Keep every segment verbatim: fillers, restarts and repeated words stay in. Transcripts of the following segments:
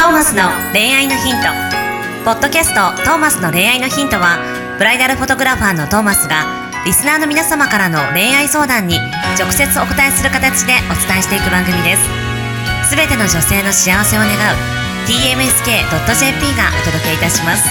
ーマスの恋愛のヒント。ポッドキャストトーマスの恋愛のヒントは、ブライダルフォトグラファーのトーマスがリスナーの皆様からの恋愛相談に直接お答えする形でお伝えしていく番組です。すべての女性の幸せを願う ティーエムエスケードットジェーピー がお届けいたします。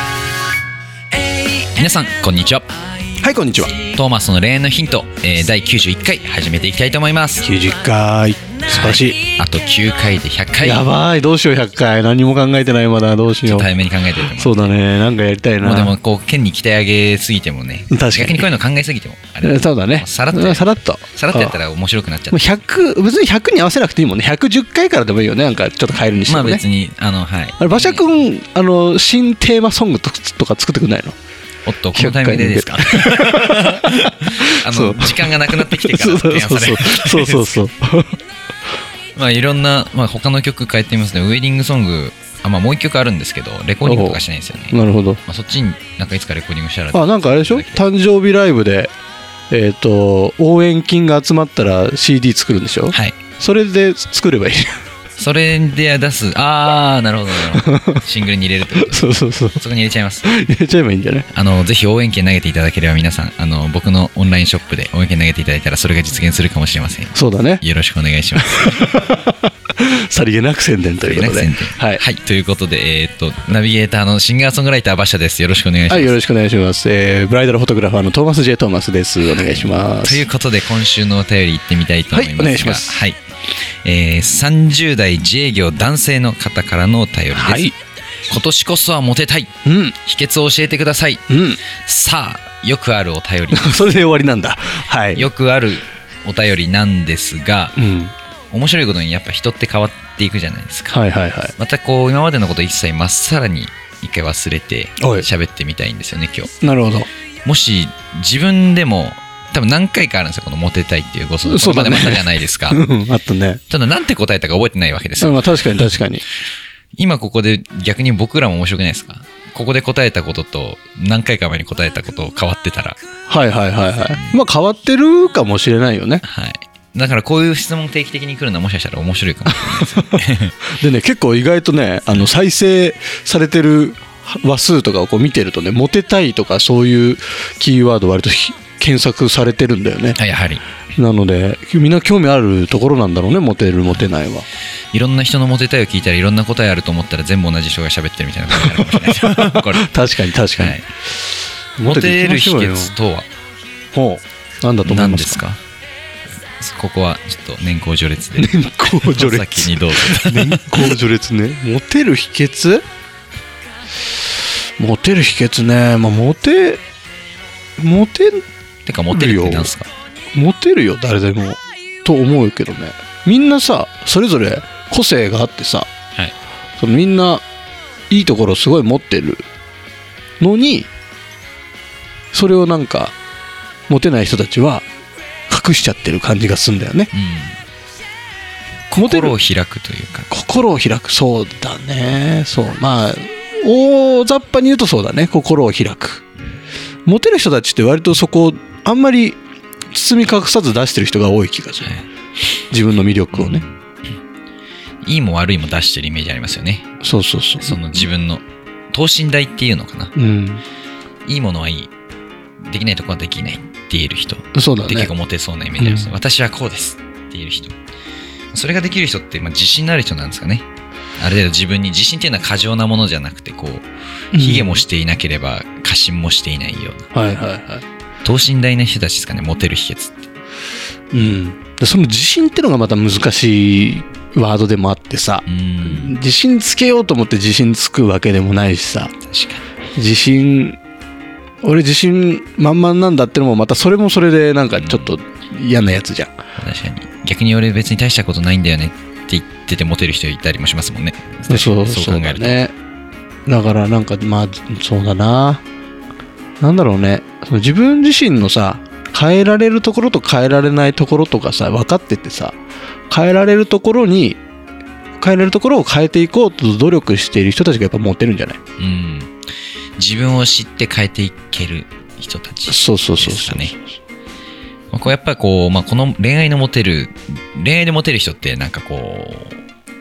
皆さんこんにちは。 はい、こんにちは。 トーマスの恋愛のヒント、えー、だいきゅうじゅういっかい始めていきたいと思います。 きゅうじゅういっかい、素晴らしい、 はい、あときゅうかいでひゃっかい。 やばい、どうしよう。ひゃっかい何も考えてない。まだどうしよう。 早めに考えてると思う。 そうだね、なんかやりたいな。 もうでもこう剣に鍛え上げすぎてもね、 確かに逆にこういうの考えすぎてもあれ、 そうだね、 さらっとさらっとさらっとやったら面白くなっちゃって、 ひゃく別にひゃくに合わせなくていいもんね。ひゃくじゅっかいからでもいいよね。なんかちょっと変えるにしてもね。 まあ別にあのはい。 あれ馬車くん、あの新テーマソングとか作ってくんないの？ おっと、このタイミングでですか？あの時間がなくなってきてから提案される。 そうそうそうまあいろんな、まあ、他の曲変えてみますね。ウェディングソング、あ、まあ、もう一曲あるんですけどレコーディングとかしてないんですよね。 なるほど。 まあ、そっちになんかいつかレコーディングしたら、 あ、なんかあれでしょ、誕生日ライブで、えー、と応援金が集まったら シーディー 作るんでしょ。 はい、 それで作ればいい。 それで出す。ああ、なるほどなるほど。シングルに入れるってこと。 そうそうそう。 そこに入れちゃいます。 入れちゃえばいいんじゃない？ あのぜひ応援券投げていただければ皆さん、あの僕のオンラインショップで応援券投げていただいたらそれが実現するかもしれません。 そうだね。 よろしくお願いします。 さりげなく宣伝ということで。 はい、はい、ということで、えー、っとナビゲーターのシンガーソングライター馬車です。よろしくお願いします。 はい、よろしくお願いします。えー、ブライダルフォトグラファーのトーマス J トーマスです。お願いします。 ということで今週のお便り行ってみたいと思いますが、はい、お願いします。はい、えー、さんじゅう代自営業男性の方からのお便りです。はい、今年こそはモテたい、うん、秘訣を教えてください、うん、さあよくあるお便りそれで終わりなんだ。はい、 よくあるお便りなんですが、うん、面白いことにやっぱ人って変わっていくじゃないですか。 はいはいはい、 またこう今までのこと一切まっさらに一回忘れて喋ってみたいんですよね今日。 なるほど。 もし自分でも多分何回かあるんですよ、このモテたいっていうご相談。これまでまたじゃないですか。 うん、あったね。 ただなんて答えたか覚えてないわけですよ。 まあ、確かに確かに。 今ここで逆に僕らも面白くないですか？ここで答えたことと何回か前に答えたこと変わってたら。 はいはいはいはい。まあ変わってるかもしれないよね。 はい。だからこういう質問定期的に来るのはもしかしたら面白いかもしれないです、ね、でね、結構意外とね、あの再生されてる話数とかをこう見てるとね、モテたいとかそういうキーワード割と検索されてるんだよね。 やはり。 なのでみんな興味あるところなんだろうね、モテるモテないは。 いろんな人のモテたいを聞いたらいろんな答えあると思ったら全部同じ人が喋ってるみたいなことになるかもしれないこれ確かに確かに、はい、 モテる秘訣とはほう、何だと思いますか？ ここはちょっと年功序列で年功序列先にどうぞ。 年功序列ね。モテる秘訣モテる秘訣ね、まあ、モテモテてかモテるって何すか？ モテるよ誰でもと思うけどね。みんなさそれぞれ個性があってさ、はい、そのみんないいところすごい持ってるのに、それをなんかモテない人たちは隠しちゃってる感じがするんだよね、 うん、心を開くというか。 心を開く、そうだね。そう、まあ大雑把に言うとそうだね、心を開く。モテる人たちって割とそこをあんまり包み隠さず出してる人が多い気がする、はい、自分の魅力をね、 うん、いいも悪いも出してるイメージありますよね。 そうそうそう。 その自分の等身大っていうのかな、うん、いいものはいい、できないところはできないって言える人。 そうだね。 で結構モテそうなイメージあります、うん、私はこうですって言える人。それができる人って、まあ、自信のある人なんですかね。ある程度自分に自信っていうのは過剰なものじゃなくて、こう卑下もしていなければ過信もしていないような、はいはいはい、等身大な人たちですかね、モテる秘訣って。 うん、でその自信ってのがまた難しいワードでもあってさ、うん、自信つけようと思って自信つくわけでもないしさ。 確かに自信俺自信満々なんだってのもまたそれもそれでなんかちょっと嫌なやつじゃん、うん、 確かに。逆に俺別に大したことないんだよねって言っててモテる人いたりもしますもんね。 そうそうそう考えるとね。だからなんかまあそうだな、なんだろうね、その自分自身のさ変えられるところと変えられないところとかさ分かっててさ、変えられるところに変えられるところを変えていこうと努力している人たちがやっぱモテるんじゃない？ うん、自分を知って変えていける人たちですかね。 そうそうそうそう。 まあ、こうやっぱこう、まあ、この恋愛のモテる恋愛でモテる人ってなんかこう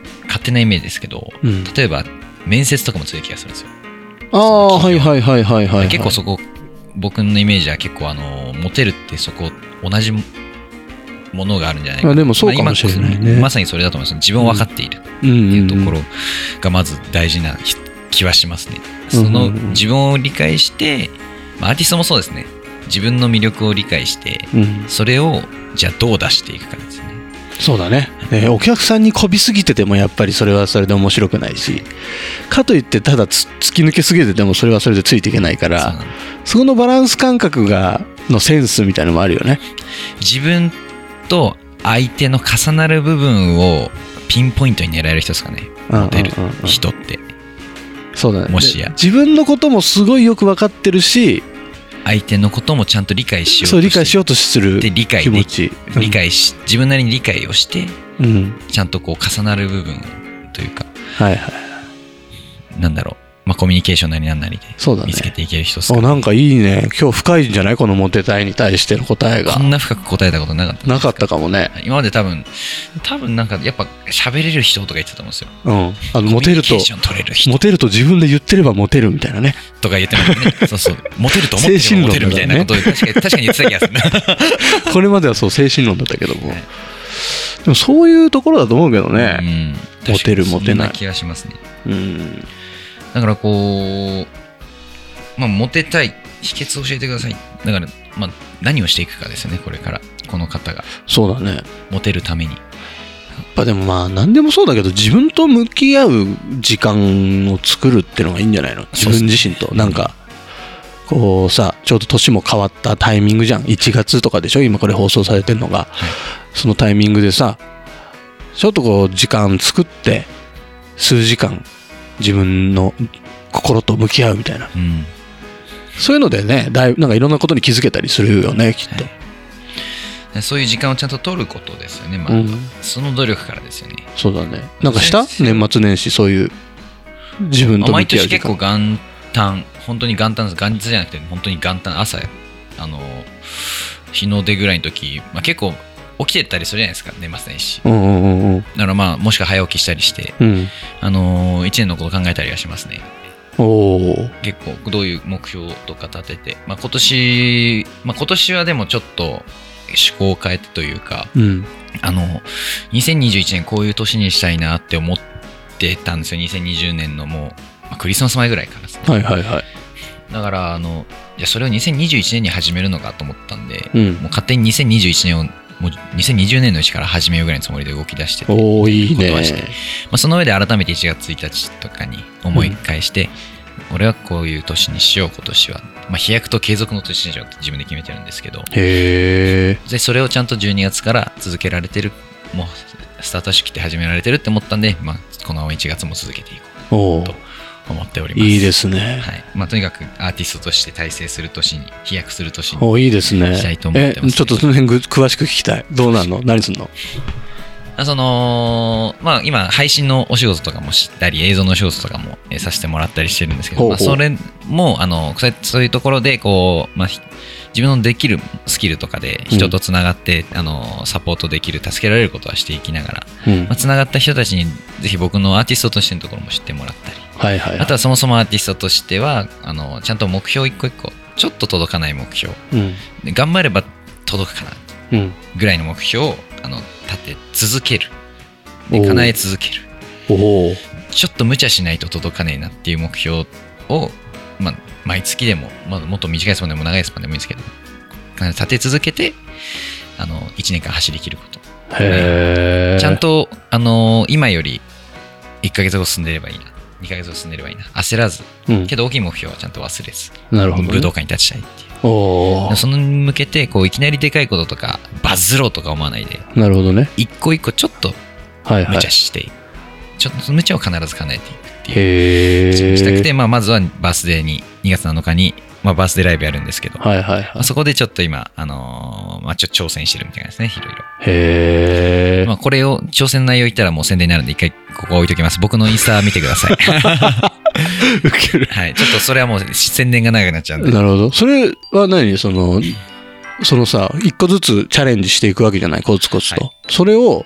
手なイメージですけど、 うん、 例えば面接とかも強い気がするんですよ。 ああ、はいはいはいはいはい、はい。 結構そこ、僕のイメージは結構あの、モテるってそこ、同じものがあるんじゃないかな。 でもそうかもしれないね。 まあ、まさにそれだと思います。自分を分かっているっていうところがまず大事な気はしますね。その自分を理解して、まあ、アーティストもそうですね。自分の魅力を理解して、うん、それをじゃあどう出していくかですね。 そうだね、えー、お客さんにこびすぎててもやっぱりそれはそれで面白くないし、かといってただつ突き抜けすぎててもそれはそれでついていけないから、 そ, そこのバランス感覚がのセンスみたいなのもあるよね。 自分と相手の重なる部分をピンポイントに狙える人ですかね、モテる人って。 そうだね。 もしや自分のこともすごいよく分かってるし、 相手のこともちゃんと理解しようとして、 そう理解しようとする気持ち、 うん、理解し自分なりに理解をして、 うん、 ちゃんとこう重なる部分というか、 はいはい、 なんだろう、まあ、コミュニケーションなりなんなりで見つけていける人ですかね。 そうだね。なんかいいね。今日深いんじゃない？このモテたいに対しての答えが。 こんな深く答えたことなかったなかったかもね。 今まで多分多分なんかやっぱ喋れる人とか言ってたと思うんですよ。 うん。あのモテるとモテると自分で言ってればモテるみたいなね。 とか言ってますね。そうそう。モテると思ってればモテるみたいなことを確かに確かに言ってた気がするな。 これまではそう精神論だったけども、はい、でもそういうところだと思うけどね。うん、モテるモテない。そんな気がしますね。 うん。 だからこう、まあ、モテたい秘訣を教えてください。だから、まあ、何をしていくかですよね、これからこの方が。 そうだね。 モテるために。やっぱでもまあ何でもそうだけど、自分と向き合う時間を作るっていうのがいいんじゃないの？自分自身と。なんかこうさ、ちょうど年も変わったタイミングじゃん。いちがつとかでしょ、今これ放送されてるのが、はい、そのタイミングでさ、ちょっとこう時間作って数時間自分の心と向き合うみたいな、うん、そういうのでね、だいぶなんかいろんなことに気づけたりするよね、きっと、 はい、そういう時間をちゃんと取ることですよね、まあうん、その努力からですよね。 そうだね。なんかした年末年始そういう自分と向き合う時間。 毎年結構元旦、本当に元旦です。元日じゃなくて本当に元旦、朝あの日の出ぐらいの時、まあ、結構起きてたりするじゃないですか、年末年始、うんうんうん、だからまあもしくは早起きしたりして、うん、あのー、いちねんのこと考えたりはしますね。 お結構どういう目標とか立てて、まあ、今年、まあ、今年はでもちょっと思考を変えてというか、うん、あのにせんにじゅういちねんこういう年にしたいなって思ってたんですよ。にせんにじゅうねんのもう、まあ、クリスマス前ぐらいからですね。 はいはいはい。 だからあのじゃあそれをにせんにじゅういちねんに始めるのかと思ったんで、うん、もう勝手ににせんにじゅういちねんをもうにせんにじゅうねんのうちから始めようぐらいのつもりで動き出してて、 おーいいね。 まあ、その上で改めていちがつついたちとかに思い返して、うん、俺はこういう年にしよう今年は、まあ、飛躍と継続の年にしようって自分で決めてるんですけど、 へー。 でそれをちゃんとじゅうにがつから続けられてる、もうスタート式って始められてるって思ったんで、まあ、このいちがつも続けていこうと思っております。 いいですね。 はい。まあ、とにかくアーティストとして大成する年に、飛躍する年においいですね。 したいと思ってます、ね。 え、ちょっとその辺詳しく聞きたい。どうなんの？何すんの？ あそのまあ今配信のお仕事とかもしたり映像のお仕事とかもさせてもらったりしてるんですけど、ほうほう、まあ、それもあのそういうところでこう、まあ、自分のできるスキルとかで人とつながって、うん、あのサポートできる、助けられることはしていきながら、うんまあ、つながった人たちにぜひ僕のアーティストとしてのところも知ってもらったり、 はいはいはい、 あとはそもそもアーティストとしてはあのちゃんと目標一個一個ちょっと届かない目標、うん、頑張れば届くかなぐらいの目標をあの立て続ける、で叶え続ける、 おちょっと無茶しないと届かねえなっていう目標を、まあ、毎月でも、まあ、もっと短いスパンでも長いスパンでもいいんですけど立て続けてあのいちねんかん走り切ること、 へー、 ちゃんとあの今よりいっかげつご進んでればいいな、にかげつご進んでればいいな、焦らず、うん、けど大きい目標はちゃんと忘れず、 なるほどね、 武道館に立ちたいっていう、 おそのに向けてこういきなりでかいこととかバズろうとか思わないで、 なるほどね、 一個一個ちょっと無茶して、はいはい、ちょっと無茶を必ず叶えていくっていう、したくて、まあ、まずはバースデーににがつなのかに、まあ、バースデーライブやるんですけど、 はいはいはい、まあ、そこでちょっと今、あのーまあ、ちょっと挑戦してるみたいなですね、いろいろ。 へー、 まあ、これを挑戦内容言ったらもう宣伝になるんで一回ここ置いときます。僕のインスタ見てください。 ウケる。 はい、ちょっとそれはもう宣伝が長くなっちゃうんで。 なるほど。それは何そのそのさ、一個ずつチャレンジしていくわけじゃない、コツコツと、はい、それを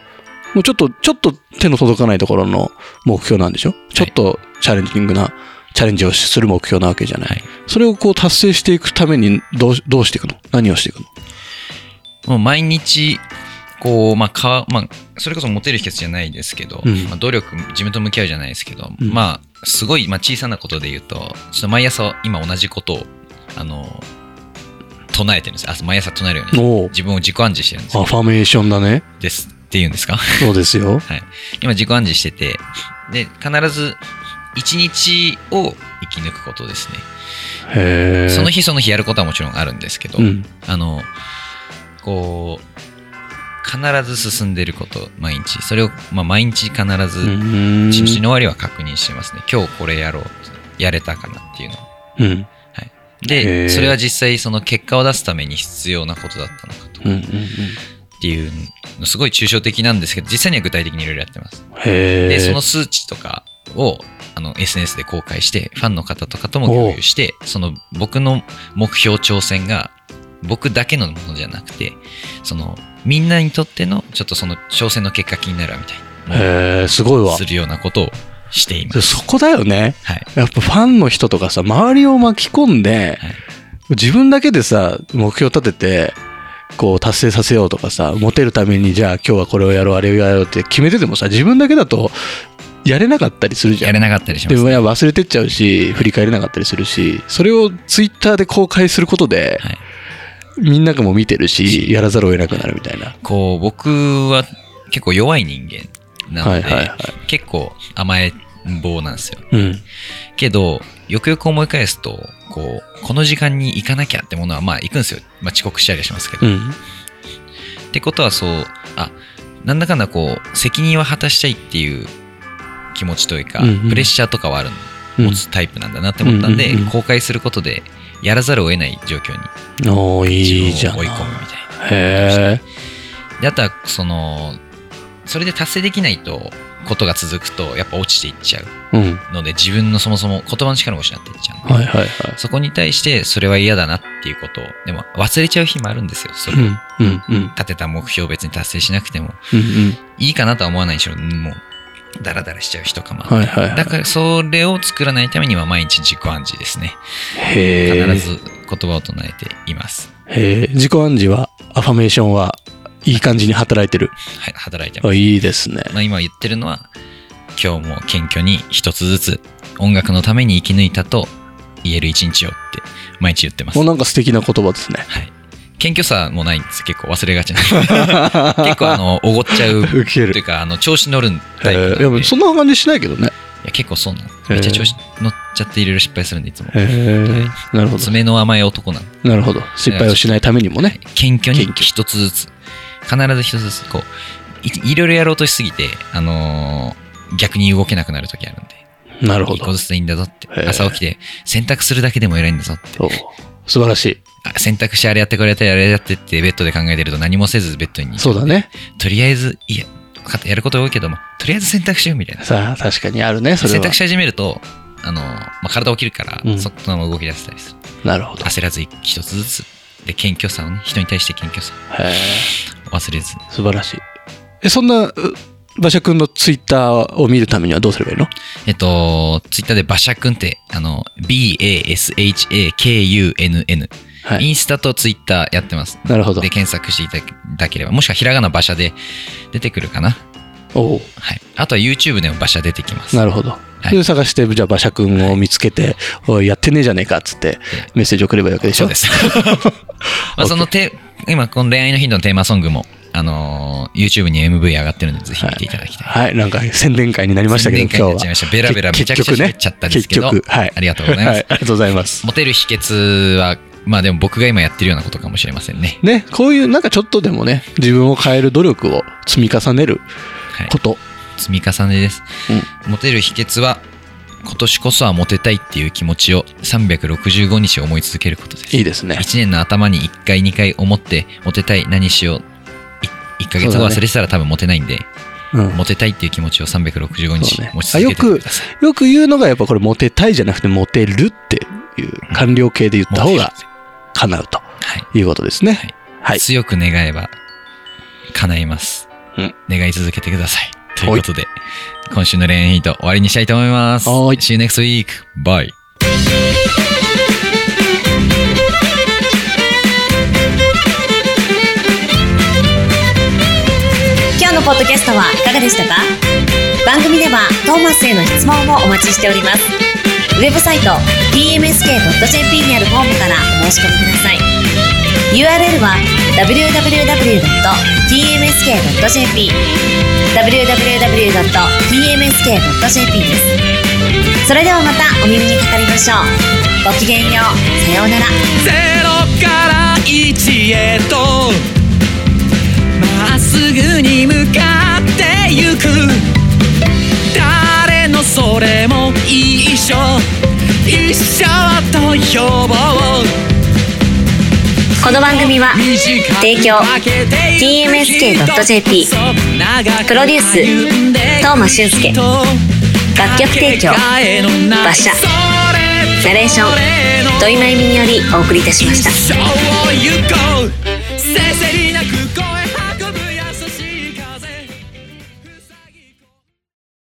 もうちょっと、ちょっと手の届かないところの目標なんでしょ、ちょっとチャレンジングな、チャレンジをする目標なわけじゃない。はい、それをこう達成していくためにどう、どうしていくの？何をしていくの？ もう毎日、こう、まあ、か、まあ、それこそモテる秘訣じゃないですけど、うん、まあ、努力、自分と向き合うじゃないですけど、うん、まあ、すごい、まあ、小さなことで言うと、ちょっと毎朝、今同じことを、あの、唱えてるんですよ。あ、毎朝唱えるように、自分を自己暗示してるんですよ。 アファメーションだね。 ですって言うんですか？ そうですよ。 はい。今、自己暗示してて、で、必ず、一日を生き抜くことですね。 へー。 その日その日やることはもちろんあるんですけど、うん、あの、こう、必ず進んでること、毎日。それを、まあ、毎日必ず、一日の終わりは確認してますね。今日これやろう。やれたかなっていうのを。 うん。 はい。で、それは実際その結果を出すために必要なことだったのかとか、 うんうんうん、 っていうの、すごい抽象的なんですけど、実際には具体的にいろいろやってます。 へー。 で、その数値とかを、あの、エスエヌエス で公開して、ファンの方とかとも共有して、その僕の目標挑戦が、僕だけのものじゃなくて、その、みんなにとってのちょっとその挑戦の結果気になるみたいな、 へー、すごいわ。 するようなことをしています。 そこだよね。 はい。 やっぱファンの人とかさ、周りを巻き込んで、はい、自分だけでさ、目標立てて、こう達成させようとかさ、モテるためにじゃあ今日はこれをやろう、あれをやろうって決めててもさ、自分だけだとやれなかったりするじゃん。 やれなかったりします、ね。 でも忘れてっちゃうし、振り返れなかったりするし、それをツイッターで公開することで、はい、みんながもう見てるし、やらざるを得なくなるみたいな。 こう、僕は結構弱い人間なので、はいはいはい、結構甘えん坊なんですよ。 うん、 けど、よくよく思い返すと、こう、この時間に行かなきゃってものは、まあ行くんですよ。まあ遅刻したりはしますけど。 うん、 ってことはそう、あ、なんだかんだこう、責任は果たしたいっていう気持ちというか、うんうん、プレッシャーとかはあるの、持つタイプなんだなって思ったんで、うんうんうん、公開することで、やらざるを得ない状況におー、いいじゃん。 自分を追い込むみたいな。 へー。で、あとは、その、それで達成できないと、ことが続くと、やっぱ落ちていっちゃうので、うん、自分のそもそも言葉の力を失っていっちゃうので、 はいはいはい、 そこに対して、それは嫌だなっていうことを、でも忘れちゃう日もあるんですよ。それを、 うんうんうん、 立てた目標を別に達成しなくても、 うんうん、 いいかなとは思わないでしょう。もう、ダラダラしちゃう日とかもあって、 はいはいはい、 だからそれを作らないためには毎日自己暗示ですね。 へー。 必ず言葉を唱えています。 へー。自己暗示は、アファメーションはいい感じに働いてる。 はい、働いてます。 いいですね。 まあ、今言ってるのは、今日も謙虚に一つずつ音楽のために生き抜いたと言える一日をって毎日言ってます。 もうなんか素敵な言葉ですね。 はい。謙虚さもないんです。結構忘れがちなんで。結構あの、おごっちゃう。 ウケる。 というか、あの、調子乗るタイプなんで。 いや、そんな感じしないけどね。 いや、結構そうなんです。めっちゃ調子乗っちゃっていろいろ失敗するんで、いつも。 へー。なるほど。 爪の甘い男なんで。 なるほど。失敗をしないためにもね。 謙虚に一つずつ。必ず一つずつ、こう、い, いろいろやろうとしすぎて、あのー、逆に動けなくなるときあるんで。 なるほど。 一個ずつでいいんだぞって。朝起きて、洗濯するだけでも偉いんだぞって。 素晴らしい。 洗濯してあれやってこれやってあれやってってベッドで考えてると何もせずベッドに。 そうだね。 とりあえず、いや、やること多いけども、とりあえず洗濯しようみたいな。 さあ、確かにあるね、それは。 洗濯し始めると、あの、まあ、体起きるから、うん、そのまま動き出せたりする。 なるほど。 焦らず一つずつ。で、謙虚さをね、人に対して謙虚さを忘れず。 素晴らしい。え、そんな、馬車くんのツイッターを見るためにはどうすればいいの？ えっと、ツイッターで馬車くんって、あの、ビーエーエスエイチエーケーユーエヌエヌ。はい、インスタとツイッターやってます。 なるほど。 で、検索していただければ、もしくはひらがな馬車で出てくるかな。 おお。 はい。あとは YouTube でも馬車出てきます。 なるほど。はい、で、探して、じゃあ馬車くんを見つけて、はい、おい、やってねえじゃねえかっつって、メッセージ送ればいいわけでしょ。 そうです。まあそのて、今、この恋愛の頻度のテーマソングも、あのー、YouTube に エムブイ 上がってるので、ぜひ見ていただきたい。 はい。はい、なんか宣伝会になりましたけど、今日は。宣伝会になっちゃいました。 ベラベラめちゃくちゃ喋っちゃったんですけど、 結局、はい。 ありがとうございます。はい。 ありがとうございます。 モテる秘訣は、まあでも僕が今やってるようなことかもしれませんね。 ね。こういうなんかちょっとでもね、自分を変える努力を積み重ねること。はい、 積み重ねです。うん、モテる秘訣は、今年こそはモテたいっていう気持ちをさんびゃくろくじゅうごにち思い続けることです。 いいですね。 いちねんの頭にいっかいにかい思ってモテたい何しよういっかげつご忘れてたら多分モテないんで、うん、モテたいっていう気持ちをさんびゃくろくじゅうごにち持ち続けてください。 よくよく言うのがやっぱこれモテたいじゃなくてモテるっていう完了形で言った方が叶うということですね。 はいはい、強く願えば叶います。 ううん願い続けてください。ということで、今週の恋愛ヒント終わりにしたいと思います。 はい See you next week. Bye. 今日のポッドキャストはいかがでしたか？番組ではトーマスへの質問もお待ちしております。ウェブサイト ティーエムエスケードットジェーピー にあるフォームからお申し込みください。 ユーアールエル は ダブリューダブリューダブリュードットティーエムエスケードットジェーピー ダブリューダブリューダブリュードットティーエムエスケードットジェーピー です。それではまたお耳にかかりましょう。ごきげんよう。さようなら。 ゼロからいちへとまっすぐに向かってゆく、誰のそれも一緒一緒と呼ぼう。 この番組は提供 ティーエムエスケードットジェーピー プロデュース東間俊介、楽曲提供馬車、ナレーション土井真由美によりお送りいたしました。 一生を行こうせせり